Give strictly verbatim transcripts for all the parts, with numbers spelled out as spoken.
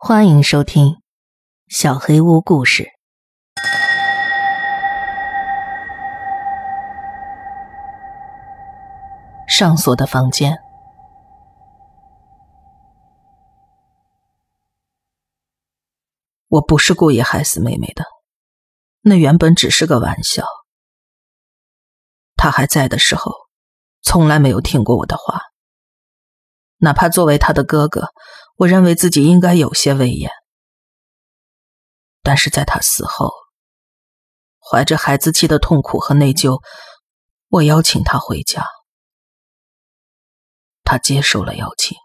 欢迎收听小黑屋故事。上锁的房间。我不是故意害死妹妹的，那原本只是个玩笑。她还在的时候，从来没有听过我的话。哪怕作为她的哥哥，我认为自己应该有些威严。但是在她死后，怀着孩子气的痛苦和内疚，我邀请她回家。她接受了邀请。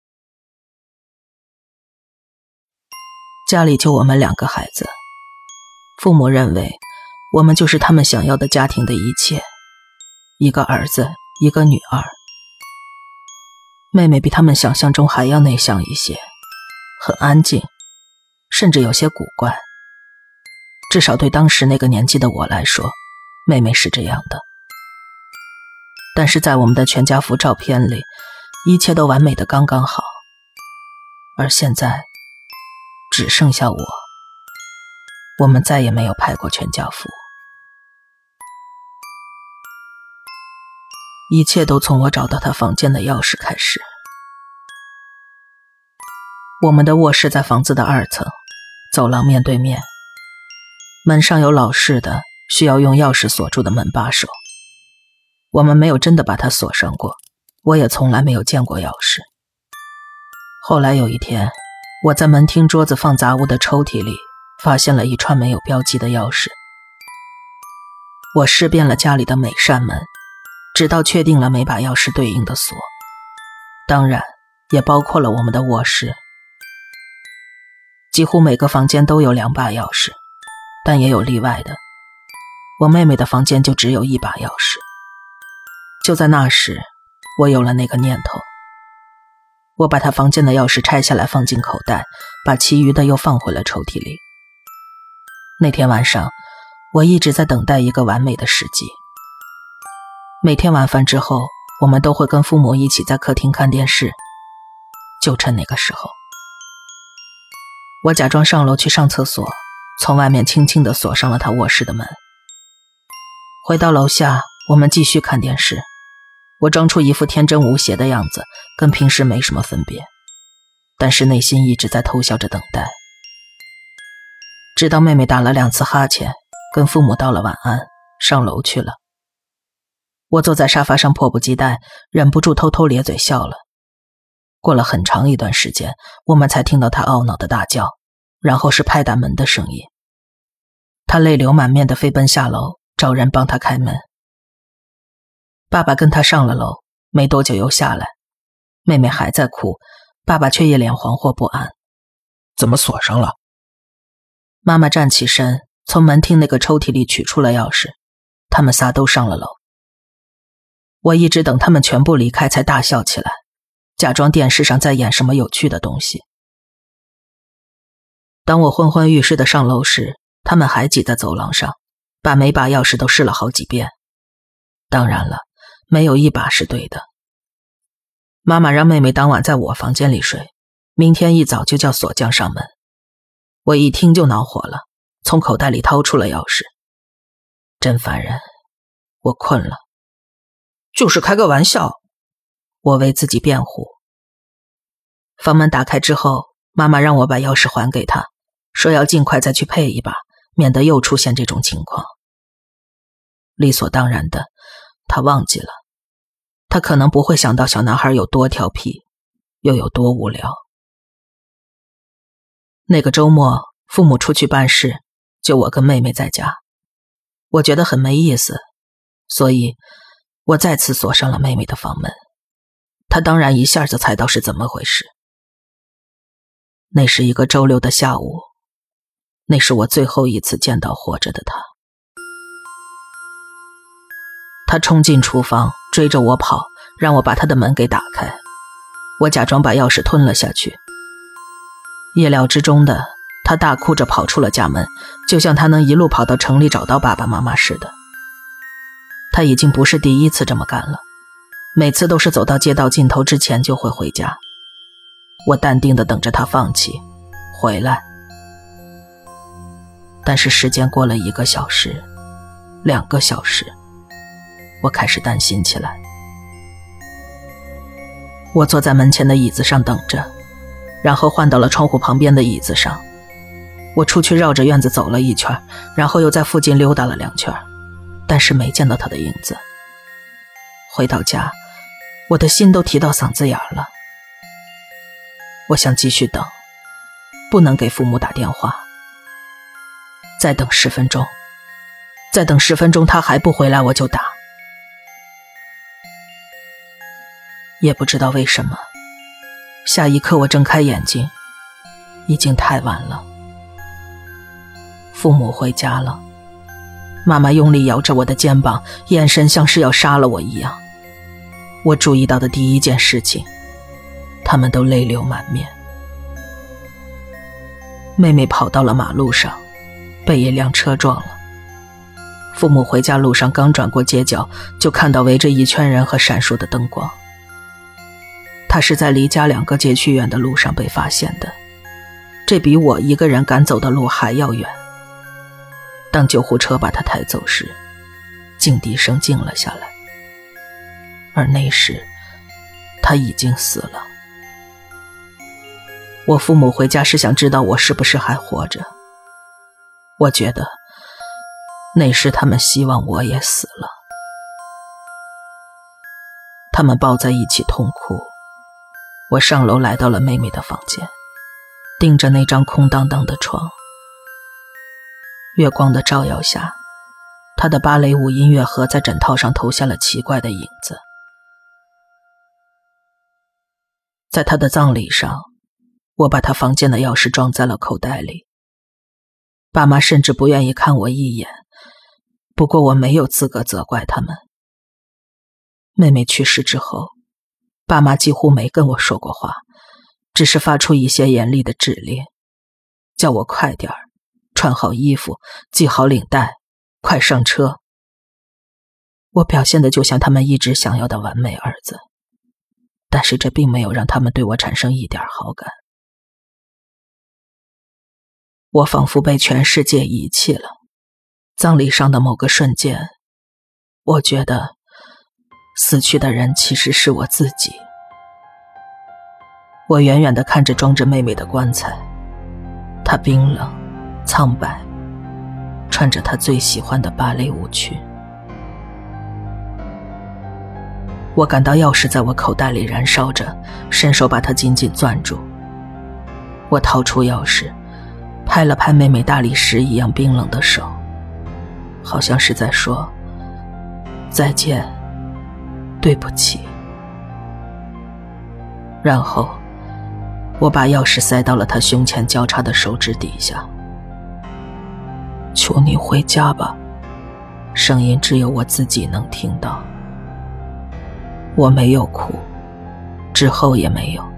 家里就我们两个孩子，父母认为我们就是他们想要的家庭的一切，一个儿子，一个女儿。妹妹比他们想象中还要内向一些，很安静，甚至有些古怪。至少对当时那个年纪的我来说，妹妹是这样的。但是在我们的全家福照片里，一切都完美的刚刚好。而现在只剩下我，我们再也没有拍过全家福。一切都从我找到他房间的钥匙开始。我们的卧室在房子的二层，走廊面对面，门上有老式的需要用钥匙锁住的门把手。我们没有真的把它锁上过，我也从来没有见过钥匙。后来有一天，我在门厅桌子放杂物的抽屉里发现了一串没有标记的钥匙。我试遍了家里的每扇门，直到确定了每把钥匙对应的锁，当然也包括了我们的卧室。几乎每个房间都有两把钥匙，但也有例外的。我妹妹的房间就只有一把钥匙。就在那时，我有了那个念头。我把她房间的钥匙拆下来放进口袋，把其余的又放回了抽屉里。那天晚上，我一直在等待一个完美的时机。每天晚饭之后，我们都会跟父母一起在客厅看电视，就趁那个时候。我假装上楼去上厕所，从外面轻轻地锁上了他卧室的门。回到楼下，我们继续看电视。我装出一副天真无邪的样子，跟平时没什么分别，但是内心一直在偷笑着等待。直到妹妹打了两次哈欠，跟父母道了晚安，上楼去了。我坐在沙发上迫不及待，忍不住偷偷咧嘴笑了。过了很长一段时间，我们才听到她懊恼的大叫，然后是拍打门的声音。她泪流满面地飞奔下楼，找人帮她开门。爸爸跟她上了楼，没多久又下来。妹妹还在哭，爸爸却一脸惶惑不安。 怎么锁上了？ 妈妈站起身，从门厅那个抽屉里取出了钥匙。他们仨都上了楼。我一直等他们全部离开才大笑起来，假装电视上在演什么有趣的东西。当我昏昏欲睡的上楼时，他们还挤在走廊上，把每把钥匙都试了好几遍。当然了，没有一把是对的。妈妈让妹妹当晚在我房间里睡，明天一早就叫锁匠上门。我一听就恼火了，从口袋里掏出了钥匙。真烦人，我困了。就是开个玩笑，我为自己辩护。房门打开之后，妈妈让我把钥匙还给她，说要尽快再去配一把，免得又出现这种情况。理所当然的，她忘记了。她可能不会想到小男孩有多调皮，又有多无聊。那个周末，父母出去办事，就我跟妹妹在家。我觉得很没意思，所以我再次锁上了妹妹的房门。她当然一下就猜到是怎么回事。那是一个周六的下午，那是我最后一次见到活着的她。她冲进厨房，追着我跑，让我把她的门给打开。我假装把钥匙吞了下去。意料之中的，她大哭着跑出了家门，就像她能一路跑到城里找到爸爸妈妈似的。她已经不是第一次这么干了，每次都是走到街道尽头之前就会回家。我淡定地等着她放弃， 回来。但是时间过了一个小时，两个小时，我开始担心起来。我坐在门前的椅子上等着，然后换到了窗户旁边的椅子上。我出去绕着院子走了一圈，然后又在附近溜达了两圈，但是没见到他的影子。回到家，我的心都提到嗓子眼了。我想继续等，不能给父母打电话。再等十分钟，再等十分钟，他还不回来我就打。也不知道为什么，下一刻我睁开眼睛，已经太晚了。父母回家了，妈妈用力摇着我的肩膀，眼神像是要杀了我一样。我注意到的第一件事情，他们都泪流满面。妹妹跑到了马路上，被一辆车撞了。父母回家路上刚转过街角，就看到围着一圈人和闪烁的灯光。他是在离家两个街区远的路上被发现的，这比我一个人赶走的路还要远。当救护车把他抬走时，静笛声静了下来，而那时他已经死了。我父母回家是想知道我是不是还活着，我觉得那时他们希望我也死了。他们抱在一起痛哭。我上楼来到了妹妹的房间，盯着那张空荡荡的床。月光的照耀下，她的芭蕾舞音乐盒在枕套上投下了奇怪的影子。在她的葬礼上，我把她房间的钥匙装在了口袋里。爸妈甚至不愿意看我一眼，不过我没有资格责怪他们。妹妹去世之后，爸妈几乎没跟我说过话，只是发出一些严厉的指令，叫我快点儿，穿好衣服，系好领带，快上车。我表现得就像他们一直想要的完美儿子，但是这并没有让他们对我产生一点好感。我仿佛被全世界遗弃了。葬礼上的某个瞬间，我觉得死去的人其实是我自己。我远远地看着装着妹妹的棺材，她冰冷苍白，穿着她最喜欢的芭蕾舞裙。我感到钥匙在我口袋里燃烧着，伸手把它紧紧攥住。我掏出钥匙，拍了拍妹妹大理石一样冰冷的手，好像是在说再见，对不起。然后我把钥匙塞到了他胸前交叉的手指底下。求你回家吧，声音只有我自己能听到。我没有哭，之后也没有。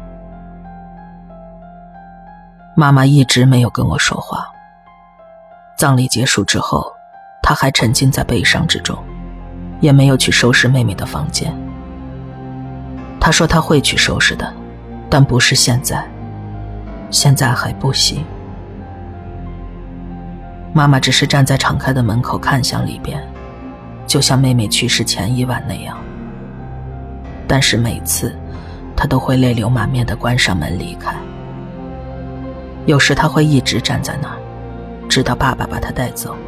妈妈一直没有跟我说话。葬礼结束之后，她还沉浸在悲伤之中，也没有去收拾妹妹的房间。她说她会去收拾的，但不是现在，现在还不行。妈妈只是站在敞开的门口看向里边，就像妹妹去世前一晚那样。但是每次她都会泪流满面地关上门离开。有时她会一直站在那儿，直到爸爸把她带走。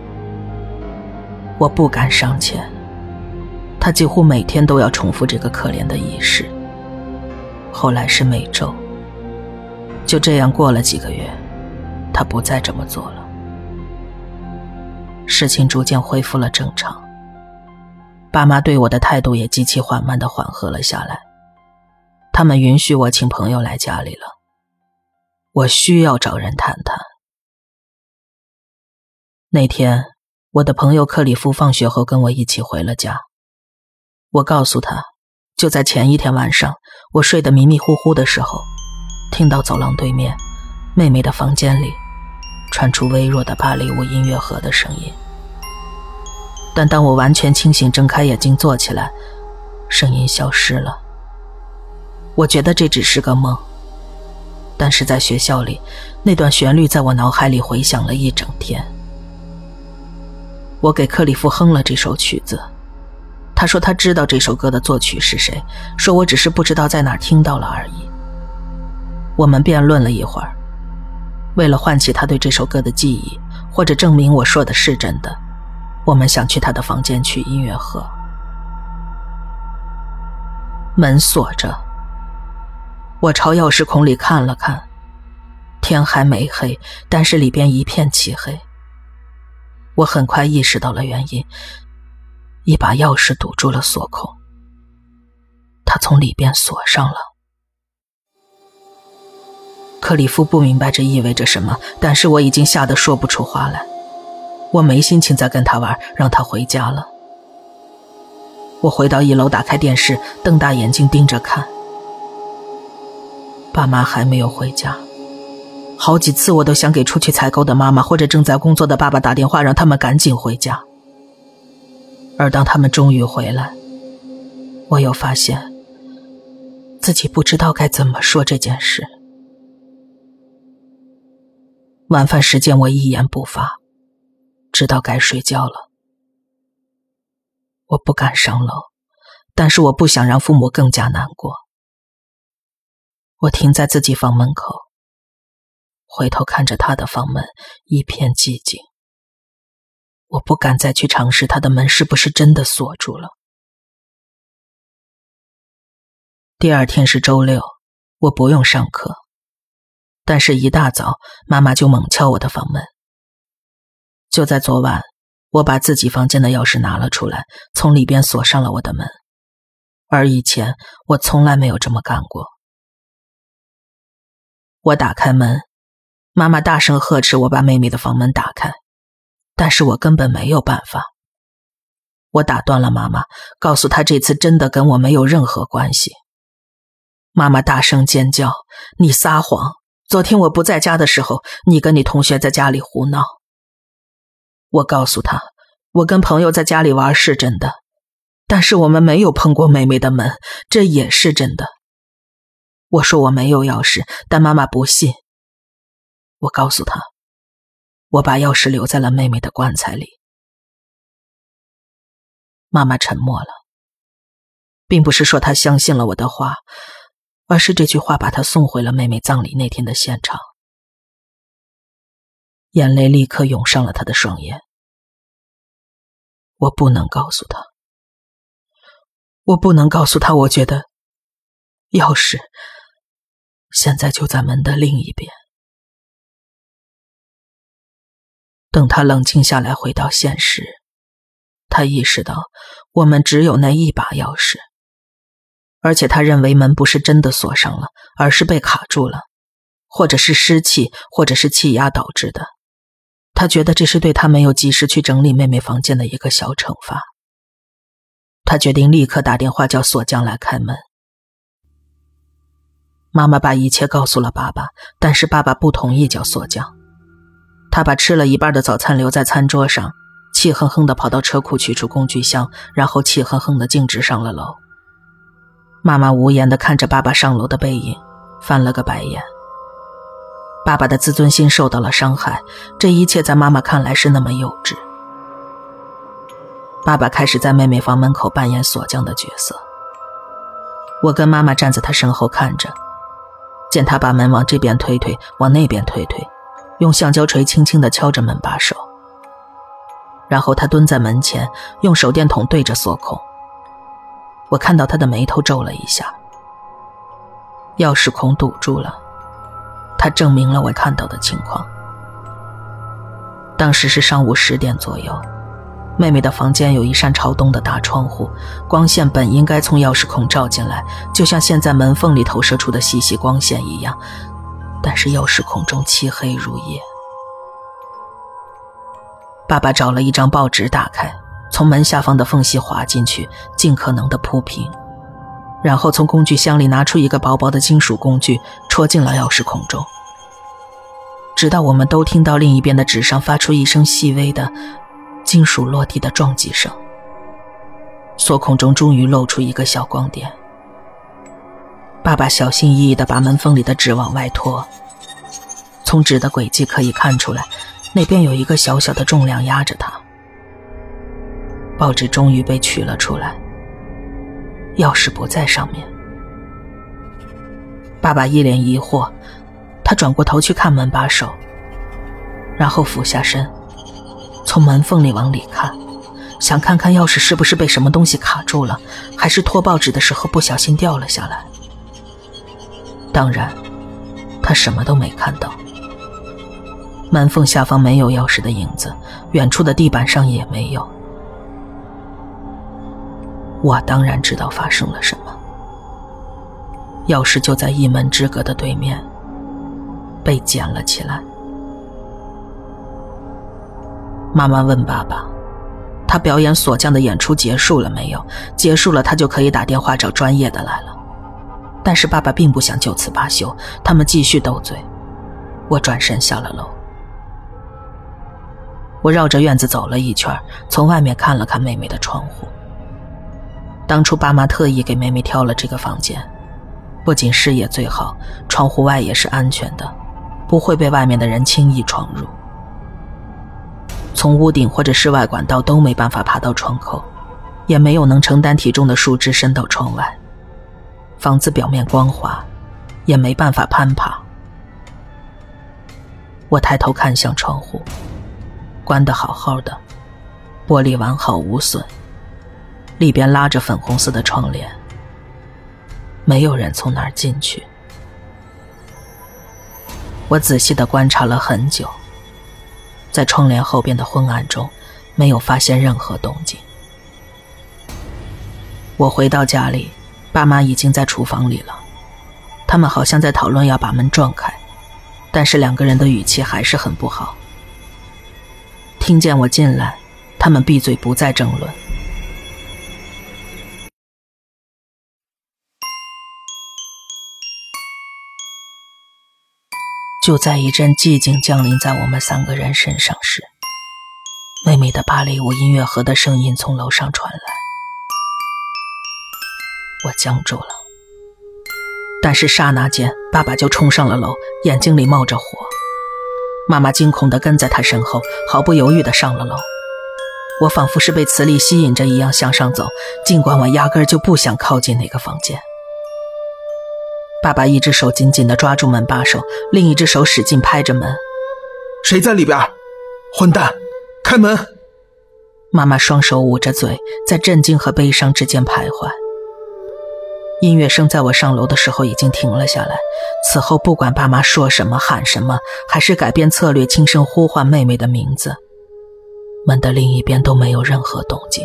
我不敢上前，她几乎每天都要重复这个可怜的仪式。后来是每周，就这样过了几个月，她不再这么做了。事情逐渐恢复了正常，爸妈对我的态度也极其缓慢地缓和了下来。他们允许我请朋友来家里了，我需要找人谈谈。那天我的朋友克里夫放学后跟我一起回了家。我告诉他，就在前一天晚上，我睡得迷迷糊糊的时候，听到走廊对面妹妹的房间里传出微弱的芭蕾舞音乐盒的声音。但当我完全清醒睁开眼睛坐起来，声音消失了。我觉得这只是个梦， 但是在学校里，那段旋律在我脑海里回响了一整天。我给克里夫哼了这首曲子，他说他知道这首歌的作曲是谁，说我只是不知道在哪儿听到了而已。我们辩论了一会儿，为了唤起他对这首歌的记忆，或者证明我说的是真的，我们想去他的房间取音乐盒。门锁着，我朝钥匙孔里看了看，天还没黑，但是里边一片漆黑。我很快意识到了原因，一把钥匙堵住了锁孔，它从里边锁上了。克里夫不明白这意味着什么，但是我已经吓得说不出话来。我没心情再跟他玩，让他回家了。我回到一楼，打开电视，瞪大眼睛盯着看。爸妈还没有回家，好几次我都想给出去采购的妈妈或者正在工作的爸爸打电话，让他们赶紧回家。而当他们终于回来，我又发现自己不知道该怎么说这件事。晚饭时间我一言不发，直到该睡觉了。我不敢上楼，但是我不想让父母更加难过。我停在自己房门口，回头看着他的房门，一片寂静。我不敢再去尝试他的门是不是真的锁住了。第二天是周六，我不用上课，但是一大早妈妈就猛敲我的房门。就在昨晚，我把自己房间的钥匙拿了出来，从里边锁上了我的门，而以前我从来没有这么干过。我打开门，妈妈大声呵斥我把妹妹的房门打开，但是我根本没有办法。我打断了妈妈，告诉她这次真的跟我没有任何关系。妈妈大声尖叫：你撒谎！昨天我不在家的时候，你跟你同学在家里胡闹。我告诉她，我跟朋友在家里玩是真的，但是我们没有碰过妹妹的门，这也是真的。我说我没有钥匙，但妈妈不信。我告诉她，我把钥匙留在了妹妹的棺材里。妈妈沉默了，并不是说她相信了我的话，而是这句话把她送回了妹妹葬礼那天的现场。眼泪立刻涌上了她的双眼。我不能告诉她，我不能告诉她，我觉得钥匙现在就在门的另一边。等他冷静下来，回到现实，他意识到我们只有那一把钥匙，而且他认为门不是真的锁上了，而是被卡住了，或者是湿气，或者是气压导致的。他觉得这是对他没有及时去整理妹妹房间的一个小惩罚。他决定立刻打电话叫锁匠来开门。妈妈把一切告诉了爸爸，但是爸爸不同意叫锁匠。他把吃了一半的早餐留在餐桌上，气哼哼地跑到车库取出工具箱，然后气哼哼地径直上了楼。妈妈无言地看着爸爸上楼的背影，翻了个白眼。爸爸的自尊心受到了伤害，这一切在妈妈看来是那么幼稚。爸爸开始在妹妹房门口扮演锁匠的角色。我跟妈妈站在他身后看着，见他把门往这边推推，往那边推推，用橡胶锤轻轻地敲着门把手。然后他蹲在门前，用手电筒对着锁孔。我看到他的眉头皱了一下。钥匙孔堵住了，他证明了我看到的情况。当时是上午十点左右，妹妹的房间有一扇朝东的大窗户，光线本应该从钥匙孔照进来，就像现在门缝里投射出的细细光线一样，但是钥匙孔中漆黑如夜。爸爸找了一张报纸打开，从门下方的缝隙滑进去，尽可能的铺平，然后从工具箱里拿出一个薄薄的金属工具，戳进了钥匙孔中。直到我们都听到另一边的纸上发出一声细微的金属落地的撞击声，锁孔中终于露出一个小光点。 爸爸小心翼翼地把门缝里的纸往外拖，从纸的轨迹可以看出来，那边有一个小小的重量压着它。报纸终于被取了出来，钥匙不在上面。爸爸一脸疑惑，他转过头去看门把手，然后俯下身，从门缝里往里看，想看看钥匙是不是被什么东西卡住了，还是拖报纸的时候不小心掉了下来。当然，他什么都没看到。门缝下方没有钥匙的影子，远处的地板上也没有。我当然知道发生了什么。钥匙就在一门之隔的对面，被捡了起来。妈妈问爸爸，他表演锁匠的演出结束了没有？结束了，他就可以打电话找专业的来了。但是爸爸并不想就此罢休，他们继续斗嘴。我转身下了楼。我绕着院子走了一圈，从外面看了看妹妹的窗户。当初爸妈特意给妹妹挑了这个房间，不仅视野最好，窗户外也是安全的，不会被外面的人轻易闯入。从屋顶或者室外管道都没办法爬到窗口，也没有能承担体重的树枝伸到窗外。房子表面光滑，也没办法攀爬。我抬头看向窗户，关得好好的，玻璃完好无损，里边拉着粉红色的窗帘，没有人从那儿进去。我仔细地观察了很久，在窗帘后边的昏暗中，没有发现任何动静。我回到家里，爸妈已经在厨房里了，他们好像在讨论要把门撞开，但是两个人的语气还是很不好。听见我进来，他们闭嘴不再争论。就在一阵寂静降临在我们三个人身上时，妹妹的芭蕾舞音乐盒的声音从楼上传来。我僵住了，但是刹那间爸爸就冲上了楼，眼睛里冒着火。妈妈惊恐地跟在他身后，毫不犹豫地上了楼。我仿佛是被磁力吸引着一样向上走，尽管我压根儿就不想靠近那个房间。爸爸一只手紧紧地抓住门把手，另一只手使劲拍着门。 谁在里边？混蛋，开门！ 妈妈双手捂着嘴，在震惊和悲伤之间徘徊。音乐声在我上楼的时候已经停了下来，此后不管爸妈说什么喊什么，还是改变策略轻声呼唤妹妹的名字，门的另一边都没有任何动静。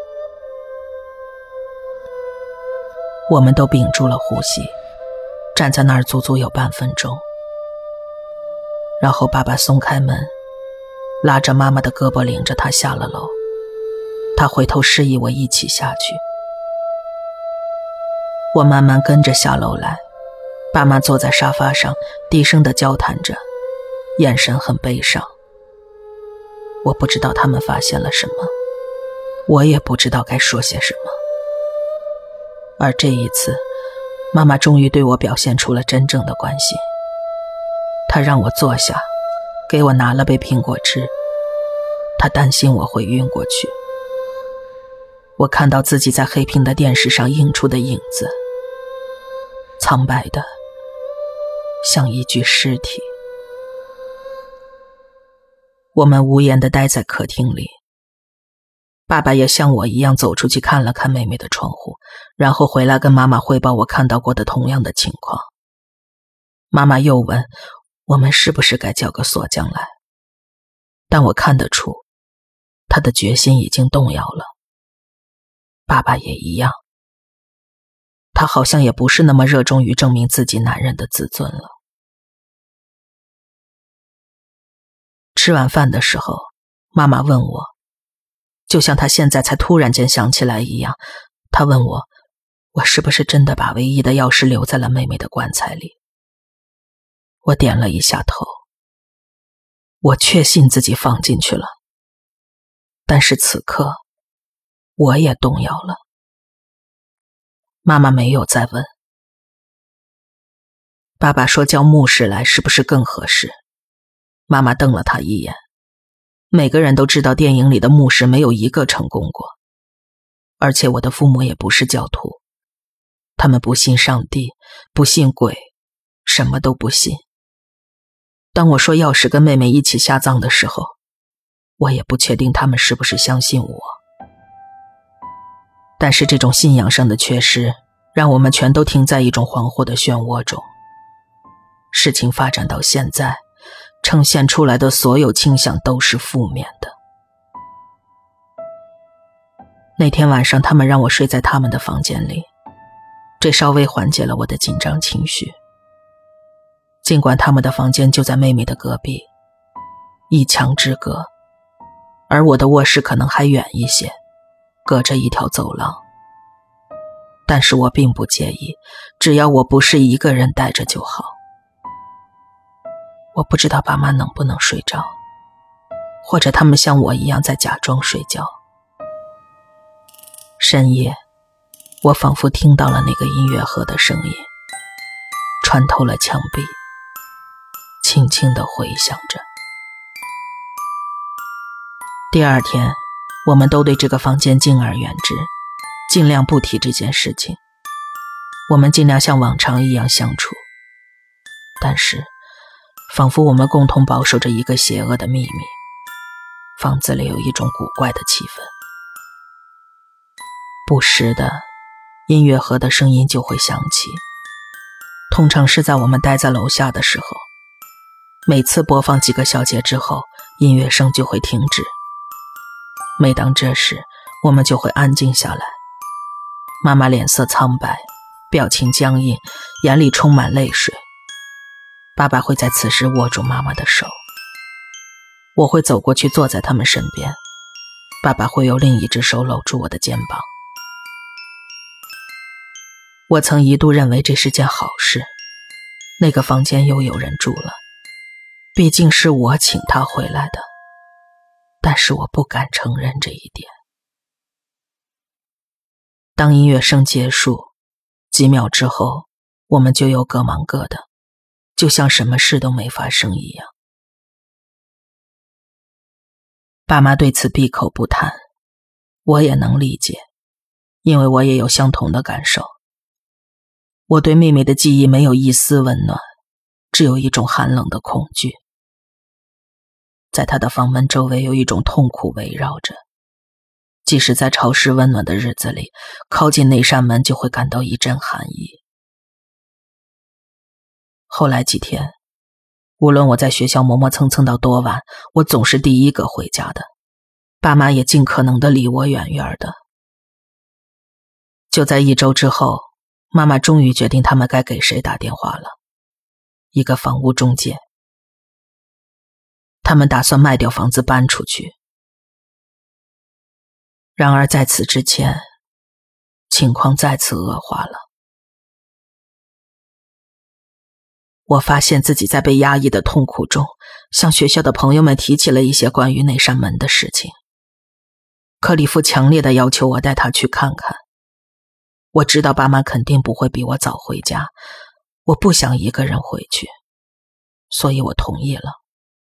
我们都屏住了呼吸，站在那儿足足有半分钟。然后爸爸松开门，拉着妈妈的胳膊领着她下了楼。他回头示意我一起下去。我慢慢跟着下楼来，爸妈坐在沙发上低声地交谈着，眼神很悲伤。我不知道他们发现了什么，我也不知道该说些什么。而这一次，妈妈终于对我表现出了真正的关心。她让我坐下，给我拿了杯苹果汁，她担心我会晕过去。我看到自己在黑屏的电视上映出的影子，苍白的像一具尸体。我们无言地待在客厅里，爸爸也像我一样走出去看了看妹妹的窗户，然后回来跟妈妈汇报我看到过的同样的情况。妈妈又问我们是不是该叫个锁匠来，但我看得出他的决心已经动摇了。爸爸也一样，他好像也不是那么热衷于证明自己男人的自尊了。吃完饭的时候，妈妈问我，就像她现在才突然间想起来一样，她问我，我是不是真的把唯一的钥匙留在了妹妹的棺材里。我点了一下头，我确信自己放进去了，但是此刻我也动摇了。妈妈没有再问， 爸爸说叫牧师来是不是更合适？妈妈瞪了他一眼。每个人都知道电影里的牧师没有一个成功过，而且我的父母也不是教徒，他们不信上帝，不信鬼，什么都不信。当我说钥匙跟妹妹一起下葬的时候，我也不确定他们是不是相信我。但是这种信仰上的缺失，让我们全都停在一种惶惑的漩涡中。事情发展到现在，呈现出来的所有倾向都是负面的。那天晚上他们让我睡在他们的房间里，这稍微缓解了我的紧张情绪。尽管他们的房间就在妹妹的隔壁，一墙之隔，而我的卧室可能还远一些，隔着一条走廊。但是我并不介意，只要我不是一个人待着就好。我不知道爸妈能不能睡着，或者他们像我一样在假装睡觉。深夜，我仿佛听到了那个音乐盒的声音，穿透了墙壁，轻轻地回响着。第二天，我们都对这个房间敬而远之，尽量不提这件事情。我们尽量像往常一样相处，但是仿佛我们共同保守着一个邪恶的秘密。房子里有一种古怪的气氛，不时的音乐盒的声音就会响起，通常是在我们待在楼下的时候。每次播放几个小节之后，音乐声就会停止。每当这时，我们就会安静下来。妈妈脸色苍白，表情僵硬，眼里充满泪水。爸爸会在此时握住妈妈的手，我会走过去坐在他们身边，爸爸会用另一只手搂住我的肩膀。我曾一度认为这是件好事，那个房间又有人住了，毕竟是我请他回来的，但是我不敢承认这一点。当音乐声结束，几秒之后，我们就又各忙各的，就像什么事都没发生一样。爸妈对此闭口不谈，我也能理解，因为我也有相同的感受。我对妹妹的记忆没有一丝温暖，只有一种寒冷的恐惧。在她的房门周围有一种痛苦围绕着，即使在潮湿温暖的日子里，靠近那扇门就会感到一阵寒意。后来几天，无论我在学校磨磨蹭蹭到多晚，我总是第一个回家的，爸妈也尽可能的离我远远的。就在一周之后，妈妈终于决定他们该给谁打电话了，一个房屋中介。他们打算卖掉房子搬出去。然而在此之前，情况再次恶化了。我发现自己在被压抑的痛苦中，向学校的朋友们提起了一些关于那扇门的事情。克里夫强烈地要求我带他去看看。我知道爸妈肯定不会比我早回家，我不想一个人回去，所以我同意了。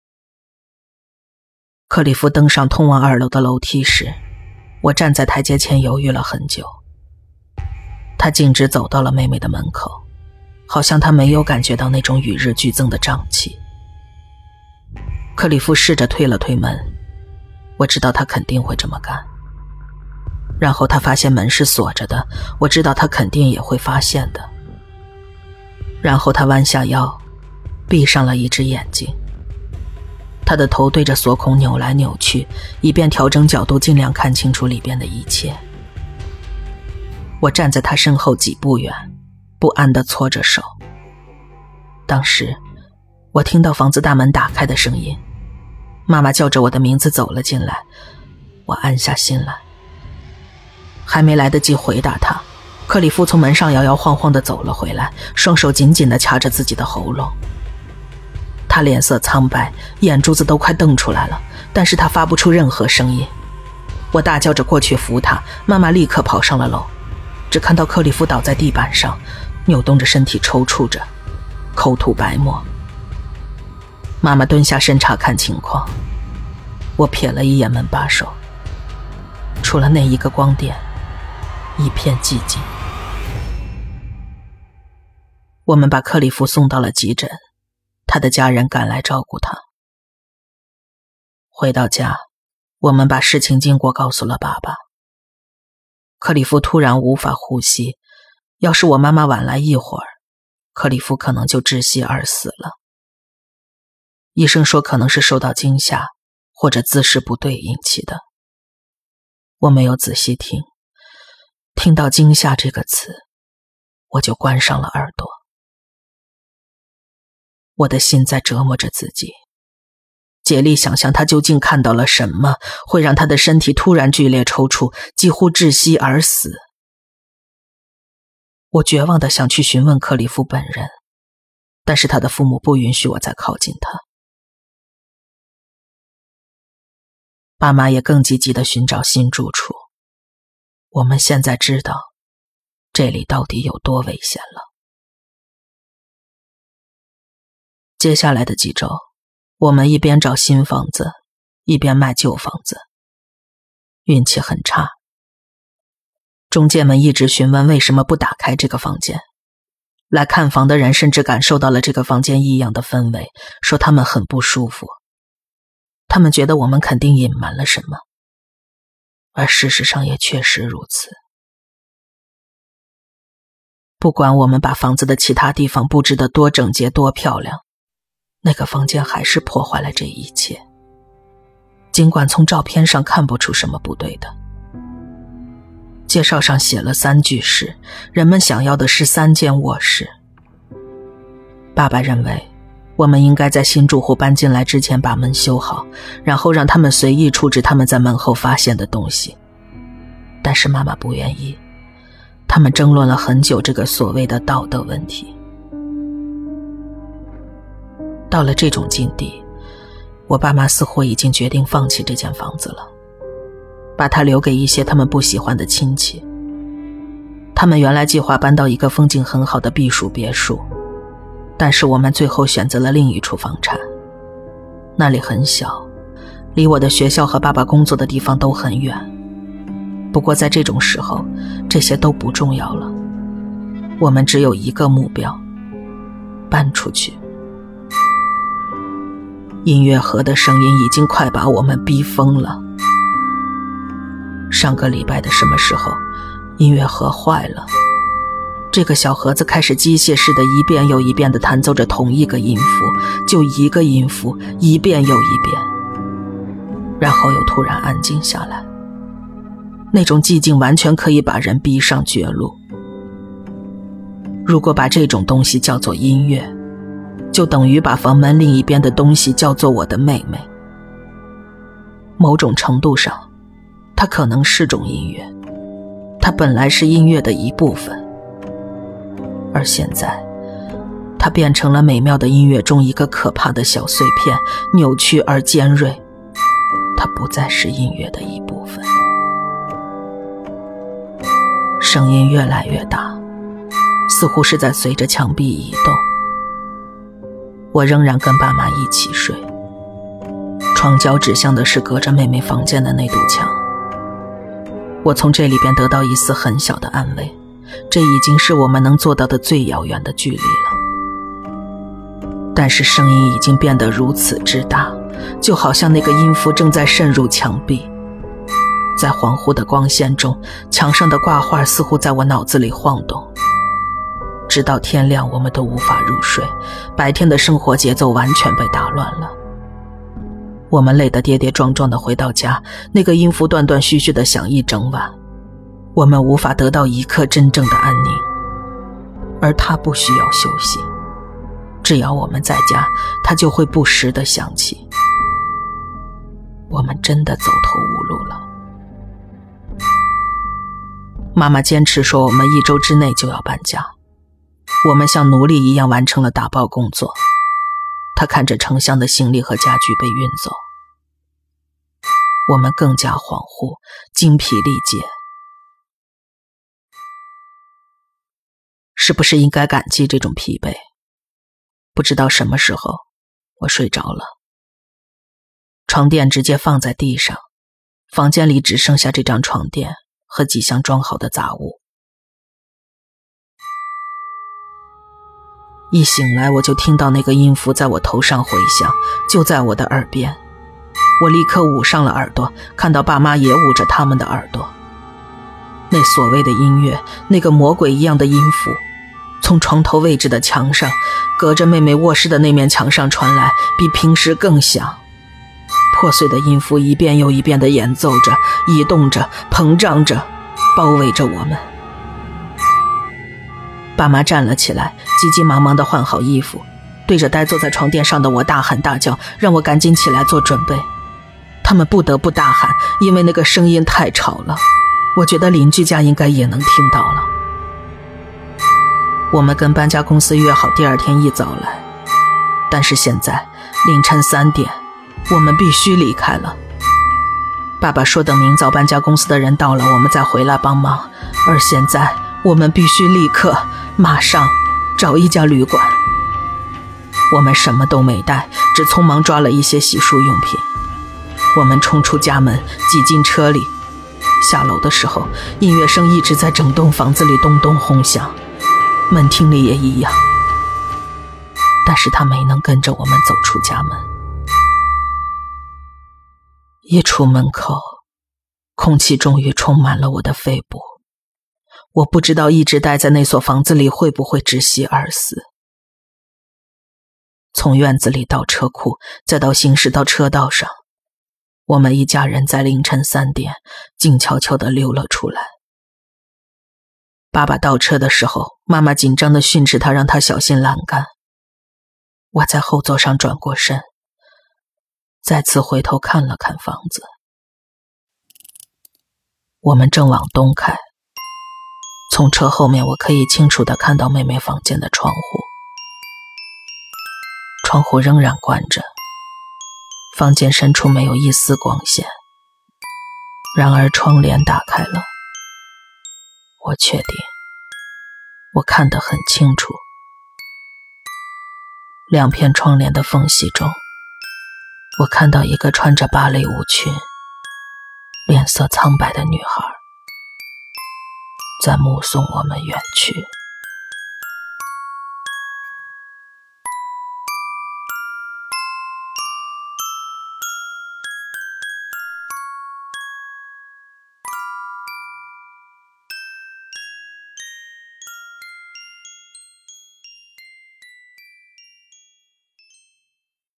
克里夫登上通往二楼的楼梯时，我站在台阶前犹豫了很久。他径直走到了妹妹的门口，好像他没有感觉到那种与日俱增的瘴气。克里夫试着推了推门，我知道他肯定会这么干。然后他发现门是锁着的，我知道他肯定也会发现的。然后他弯下腰，闭上了一只眼睛。他的头对着锁孔扭来扭去，以便调整角度，尽量看清楚里边的一切。我站在他身后几步远，不安地搓着手。当时我听到房子大门打开的声音，妈妈叫着我的名字走了进来，我安下心来。还没来得及回答他，克里夫从门上摇摇晃晃地走了回来，双手紧紧地掐着自己的喉咙。他脸色苍白，眼珠子都快瞪出来了，但是他发不出任何声音。我大叫着过去扶他，妈妈立刻跑上了楼，只看到克里夫倒在地板上，扭动着身体抽搐着。 口吐白沫。妈妈蹲下身查看情况，我瞥了一眼门把手，除了那一个光点，一片寂静。我们把克里夫送到了急诊，他的家人赶来照顾他。回到家，我们把事情经过告诉了爸爸。克里夫突然无法呼吸，要是我妈妈晚来一会儿，克里夫可能就窒息而死了。医生说可能是受到惊吓或者姿势不对引起的。我没有仔细听，听到惊吓这个词，我就关上了耳朵。我的心在折磨着自己，竭力想象他究竟看到了什么，会让他的身体突然剧烈抽搐，几乎窒息而死。我绝望地想去询问克里夫本人，但是他的父母不允许我再靠近他。爸妈也更积极地寻找新住处。我们现在知道这里到底有多危险了。接下来的几周，我们一边找新房子，一边卖旧房子。运气很差，中介们一直询问为什么不打开这个房间。来看房的人甚至感受到了这个房间异样的氛围，说他们很不舒服。他们觉得我们肯定隐瞒了什么，而事实上也确实如此。不管我们把房子的其他地方布置得多整洁多漂亮，那个房间还是破坏了这一切。尽管从照片上看不出什么不对的。介绍上写了三居室，人们想要的是三间卧室。爸爸认为我们应该在新住户搬进来之前把门修好，然后让他们随意处置他们在门后发现的东西。但是妈妈不愿意，他们争论了很久这个所谓的道德问题。到了这种境地，我爸妈似乎已经决定放弃这间房子了，把它留给一些他们不喜欢的亲戚。他们原来计划搬到一个风景很好的避暑别墅，但是我们最后选择了另一处房产。那里很小，离我的学校和爸爸工作的地方都很远。不过在这种时候，这些都不重要了。我们只有一个目标，搬出去。音乐盒的声音已经快把我们逼疯了。上个礼拜的什么时候，音乐盒坏了，这个小盒子开始机械式的一遍又一遍地弹奏着同一个音符，就一个音符，一遍又一遍，然后又突然安静下来。那种寂静完全可以把人逼上绝路。如果把这种东西叫做音乐，就等于把房门另一边的东西叫做我的妹妹。某种程度上，它可能是种音乐，它本来是音乐的一部分，而现在它变成了美妙的音乐中一个可怕的小碎片，扭曲而尖锐。它不再是音乐的一部分。声音越来越大，似乎是在随着墙壁移动。我仍然跟爸妈一起睡，床角指向的是隔着妹妹房间的那堵墙。我从这里边得到一丝很小的安慰，这已经是我们能做到的最遥远的距离了。但是声音已经变得如此之大，就好像那个音符正在渗入墙壁。在恍惚的光线中，墙上的挂画似乎在我脑子里晃动。直到天亮，我们都无法入睡，白天的生活节奏完全被打乱了。我们累得跌跌撞撞地回到家，那个音符断断续续地响一整晚，我们无法得到一刻真正的安宁。而它不需要休息，只要我们在家，它就会不时地响起。我们真的走投无路了。妈妈坚持说我们一周之内就要搬家。我们像奴隶一样完成了打包工作。她看着成箱的行李和家具被运走，我们更加恍惚，精疲力竭。是不是应该感激这种疲惫？ 不知道什么时候我睡着了，床垫直接放在地上，房间里只剩下这张床垫和几箱装好的杂物。一醒来我就听到那个音符在我头上回响，就在我的耳边。我立刻捂上了耳朵，看到爸妈也捂着他们的耳朵。那所谓的音乐，那个魔鬼一样的音符，从床头位置的墙上，隔着妹妹卧室的那面墙上传来，比平时更响。破碎的音符一遍又一遍地演奏着，移动着，膨胀着，包围着我们。爸妈站了起来，急急忙忙地换好衣服，对着呆坐在床垫上的我大喊大叫，让我赶紧起来做准备。他们不得不大喊，因为那个声音太吵了，我觉得邻居家应该也能听到了。我们跟搬家公司约好第二天一早来，但是现在凌晨三点，我们必须离开了。爸爸说等明早搬家公司的人到了，我们再回来帮忙，而现在我们必须立刻马上找一家旅馆。我们什么都没带，只匆忙抓了一些洗漱用品。我们冲出家门，挤进车里。下楼的时候，音乐声一直在整栋房子里咚咚轰响，门厅里也一样。但是他没能跟着我们走出家门。一出门口，空气终于充满了我的肺部。我不知道一直待在那所房子里会不会窒息而死。从院子里到车库，再到行驶到车道上，我们一家人在凌晨三点静悄悄地溜了出来。爸爸倒车的时候，妈妈紧张地训斥他，让他小心栏杆。我在后座上转过身，再次回头看了看房子。我们正往东开，从车后面我可以清楚地看到妹妹房间的窗户，窗户仍然关着，房间深处没有一丝光线。然而窗帘打开了，我确定，我看得很清楚。两片窗帘的缝隙中，我看到一个穿着芭蕾舞裙、脸色苍白的女孩，在目送我们远去。